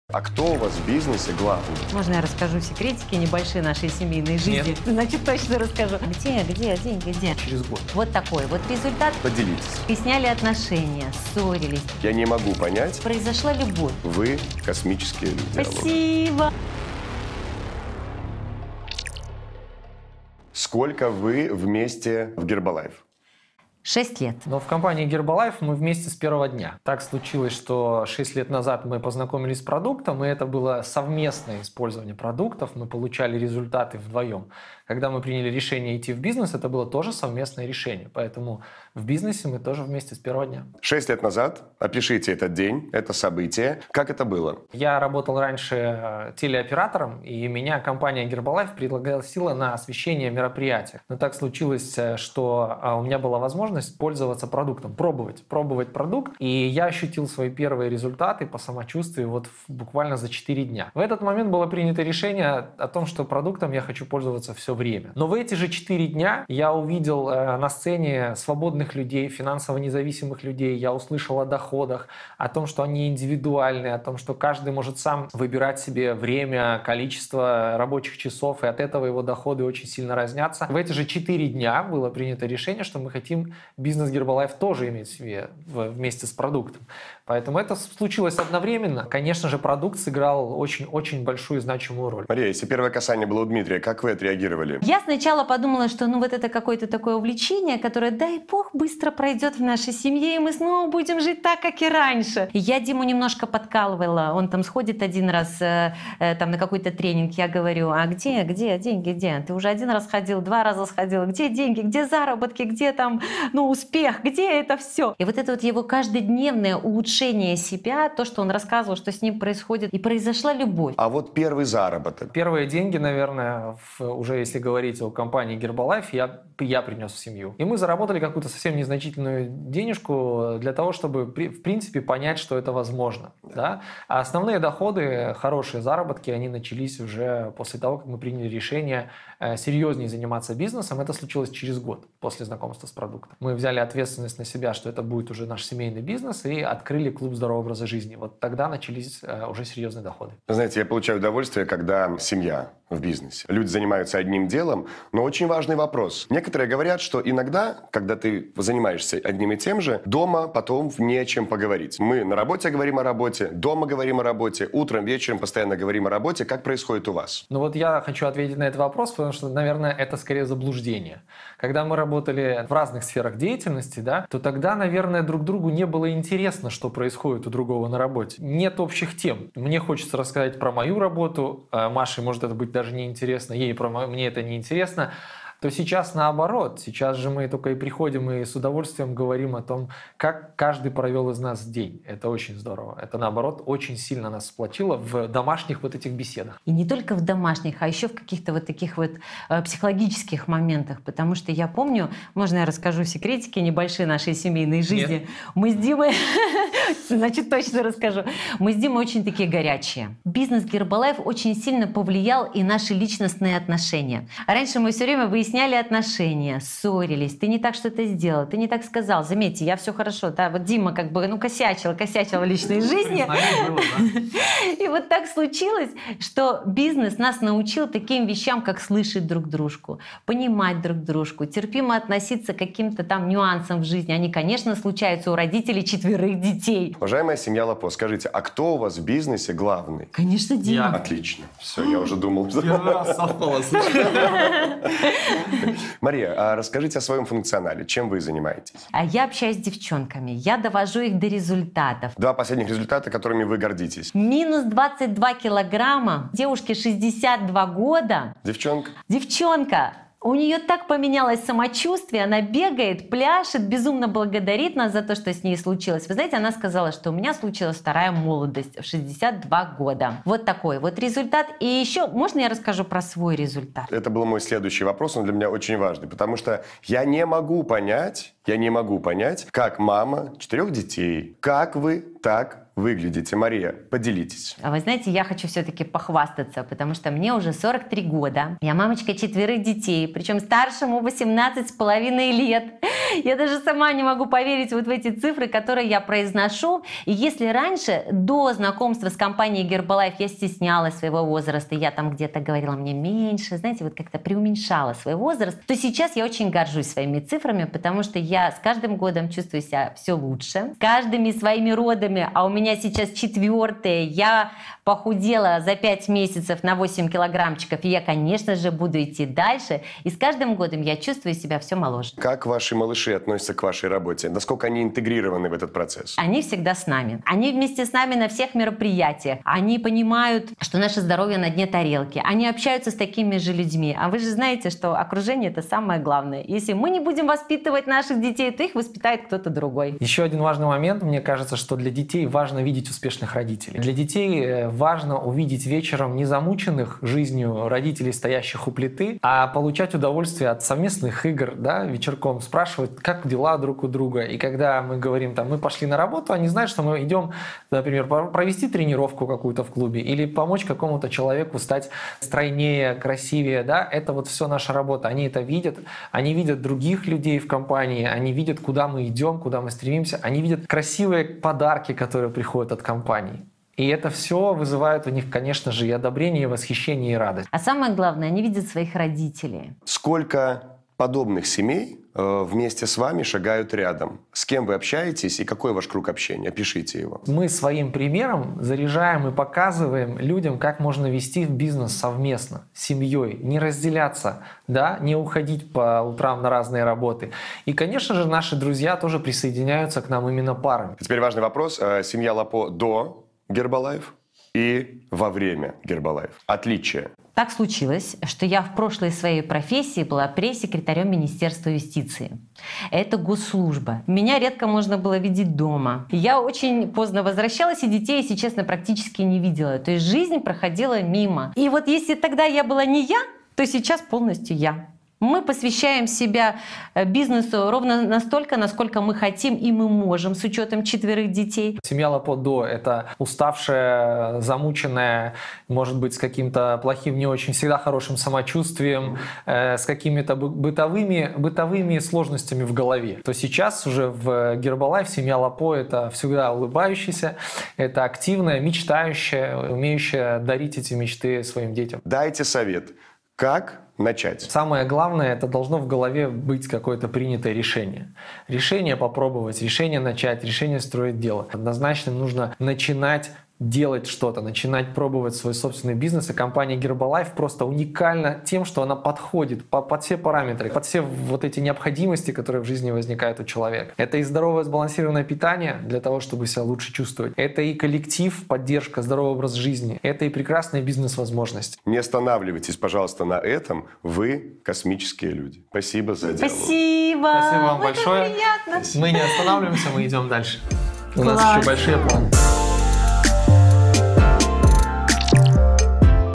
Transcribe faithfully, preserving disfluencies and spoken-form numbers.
А кто у вас в бизнесе главный? Можно я расскажу секретики небольшие нашей семейной жизни? Нет. Значит, точно расскажу. Где, где, деньги, где? Через год. Вот такой вот результат. Поделитесь. И сняли отношения, ссорились. Я не могу понять, Произошла любовь. вы космические люди. Алло. Спасибо. Сколько вы вместе в Гербалайф? Шесть лет. Но в компании Herbalife мы вместе с первого дня. Так случилось, что шесть лет назад мы познакомились с продуктом, и это было совместное использование продуктов. Мы получали результаты вдвоем. Когда мы приняли решение идти в бизнес, это было тоже совместное решение. Поэтому в бизнесе мы тоже вместе с первого дня. Шесть лет назад. Опишите этот день, это событие. Как это было? Я работал раньше телеоператором, и меня компания Herbalife пригласила на освещение мероприятий. Но так случилось, что у меня была возможность пользоваться продуктом, пробовать, пробовать продукт. И я ощутил свои первые результаты по самочувствию вот буквально за четыре дня. В этот момент было принято решение о том, что продуктом я хочу пользоваться все время. Но в эти же четыре дня я увидел э, на сцене свободных людей, финансово независимых людей. Я услышал о доходах, о том, что они индивидуальны, о том, что каждый может сам выбирать себе время, количество рабочих часов, и от этого его доходы очень сильно разнятся. В эти же четыре дня было принято решение, что мы хотим бизнес Herbalife тоже иметь в себе вместе с продуктом. Поэтому это случилось одновременно. Конечно же, продукт сыграл очень-очень большую значимую роль. Мария, если первое касание было у Дмитрия, как вы отреагировали? Я сначала подумала, что ну вот это какое-то такое увлечение, которое, дай бог, быстро пройдет в нашей семье, и мы снова будем жить так, как и раньше. И я Диму немножко подкалывала. Он там сходит один раз э, э, там, на какой-то тренинг. Я говорю, а где, где деньги, где? Ты уже один раз ходил, два раза сходил. Где деньги, где заработки, где там ну, успех, где это все? И вот это вот его каждодневное улучшение себя, то, что он рассказывал, что с ним происходит, и произошла любовь. А вот первый заработок. Первые деньги, наверное, в, уже если говорить о компании Herbalife, я, я принес в семью. И мы заработали какую-то совсем незначительную денежку для того, чтобы, в принципе, понять, что это возможно. Да? А основные доходы, хорошие заработки, они начались уже после того, как мы приняли решение э, серьезнее заниматься бизнесом. Это случилось через год после знакомства с продуктом. Мы взяли ответственность на себя, что это будет уже наш семейный бизнес, и открыли клуб здорового образа жизни. Вот тогда начались э, уже серьезные доходы. Знаете, я получаю удовольствие, когда семья в бизнесе. Люди занимаются одним делом, но очень важный вопрос. Некоторые говорят, что иногда, когда ты занимаешься одним и тем же, дома потом не о чем поговорить. Мы на работе говорим о работе, дома говорим о работе, утром, вечером постоянно говорим о работе. Как происходит у вас? Ну вот я хочу ответить на этот вопрос, потому что, наверное, это скорее заблуждение. Когда мы работали в разных сферах деятельности, да, то тогда, наверное, друг другу не было интересно, что происходит у другого на работе. Нет общих тем. Мне хочется рассказать про мою работу, а Маше может это быть даже неинтересно, ей про мою, мне это неинтересно. То сейчас наоборот. Сейчас же мы только и приходим и с удовольствием говорим о том, как каждый провел из нас день. Это очень здорово. Это, наоборот, очень сильно нас сплотило в домашних вот этих беседах. И не только в домашних, а еще в каких-то вот таких вот э, психологических моментах. Потому что я помню, можно я расскажу секретики небольшие нашей семейной жизни? Нет. Мы с Димой, значит, точно расскажу. Мы с Димой очень такие горячие. Бизнес Herbalife очень сильно повлиял и наши личностные отношения. Раньше мы все время выясняли, Сняли отношения, ссорились, ты не так что-то сделал, ты не так сказал. Заметьте, я все хорошо, да, вот Дима как бы, ну, косячил, косячил в личной жизни. И вот так случилось, что бизнес нас научил таким вещам, как слышать друг дружку, понимать друг дружку, терпимо относиться к каким-то там нюансам в жизни. Они, конечно, случаются у родителей четверых детей. Уважаемая семья Лапо, скажите, а кто у вас в бизнесе главный? Конечно, Дима. Отлично. Все, я уже думал. Совпало. Мария, а расскажите о своем функционале. Чем вы занимаетесь? А я общаюсь с девчонками. Я довожу их до результатов. Два последних результата, которыми вы гордитесь. Минус двадцать два килограмма. Девушке шестьдесят два года. Девчонка. Девчонка. У нее так поменялось самочувствие, она бегает, пляшет, безумно благодарит нас за то, что с ней случилось. Вы знаете, она сказала, что у меня случилась вторая молодость в шестьдесят два года. Вот такой вот результат. И еще, можно я расскажу про свой результат? Это был мой следующий вопрос, он для меня очень важный, потому что я не могу понять, я не могу понять, как мама четырех детей, как вы так выглядите. Мария, поделитесь. А вы знаете, я хочу все-таки похвастаться, потому что мне уже сорок три года. Я мамочка четверых детей, причем старшему восемнадцать с половиной лет. Я даже сама не могу поверить вот в эти цифры, которые я произношу. И если раньше, до знакомства с компанией Herbalife, я стеснялась своего возраста, я там где-то говорила, мне меньше, знаете, вот как-то преуменьшала свой возраст, то сейчас я очень горжусь своими цифрами, потому что я с каждым годом чувствую себя все лучше. С каждыми своими родами, а у меня сейчас четвертое, я похудела за пять месяцев на восемь килограммчиков, и я, конечно же, буду идти дальше. И с каждым годом я чувствую себя все моложе. Как ваши малыши относятся к вашей работе? Насколько они интегрированы в этот процесс? Они всегда с нами. Они вместе с нами на всех мероприятиях. Они понимают, что наше здоровье на дне тарелки. Они общаются с такими же людьми. А вы же знаете, что окружение – это самое главное. Если мы не будем воспитывать наших детей, то их воспитает кто-то другой. Еще один важный момент. Мне кажется, что для детей важно видеть успешных родителей. Для детей важно увидеть вечером не замученных жизнью родителей, стоящих у плиты, а получать удовольствие от совместных игр, да, вечерком спрашивать, как дела друг у друга. И когда мы говорим, там, мы пошли на работу, они знают, что мы идем, например, провести тренировку какую-то в клубе или помочь какому-то человеку стать стройнее, красивее, да, это вот все наша работа. Они это видят, они видят других людей в компании, они видят, куда мы идем, куда мы стремимся, они видят красивые подарки, которые приходят от компании. И это все вызывает у них, конечно же, и одобрение, и восхищение, и радость. А самое главное, они видят своих родителей. Сколько подобных семей э, вместе с вами шагают рядом? С кем вы общаетесь и какой ваш круг общения? Опишите его. Мы своим примером заряжаем и показываем людям, как можно вести бизнес совместно, с семьей, не разделяться, да, не уходить по утрам на разные работы. И, конечно же, наши друзья тоже присоединяются к нам именно парами. Теперь важный вопрос. Э, семья Лапо до Herbalife и во время Herbalife. Отличие. Так случилось, что я в прошлой своей профессии была пресс-секретарем Министерства юстиции. Это госслужба. Меня редко можно было видеть дома. Я очень поздно возвращалась, и детей, если честно, практически не видела. То есть жизнь проходила мимо. И вот если тогда я была не я, то сейчас полностью я. Мы посвящаем себя бизнесу ровно настолько, насколько мы хотим и мы можем, с учетом четверых детей. Семья Лапо до – это уставшая, замученная, может быть, с каким-то плохим, не очень всегда хорошим самочувствием, э, с какими-то бытовыми, бытовыми сложностями в голове. То сейчас уже в Herbalife семья Лапо – это всегда улыбающаяся, это активная, мечтающая, умеющая дарить эти мечты своим детям. Дайте совет. Как начать? Самое главное, это должно в голове быть какое-то принятое решение. Решение попробовать, решение начать, решение строить дело. Однозначно нужно начинать делать что-то, начинать пробовать свой собственный бизнес. И компания Herbalife просто уникальна тем, что она подходит по, под все параметры, под все вот эти необходимости, которые в жизни возникают у человека. Это и здоровое сбалансированное питание для того, чтобы себя лучше чувствовать. Это и коллектив, поддержка, здоровый образ жизни. Это и прекрасные бизнес-возможности. Не останавливайтесь, пожалуйста, на этом. Вы космические люди. Спасибо за диалог. Спасибо. Спасибо вам Это большое. приятно. Мы не останавливаемся, мы идем дальше. У Класс. нас еще большие планы.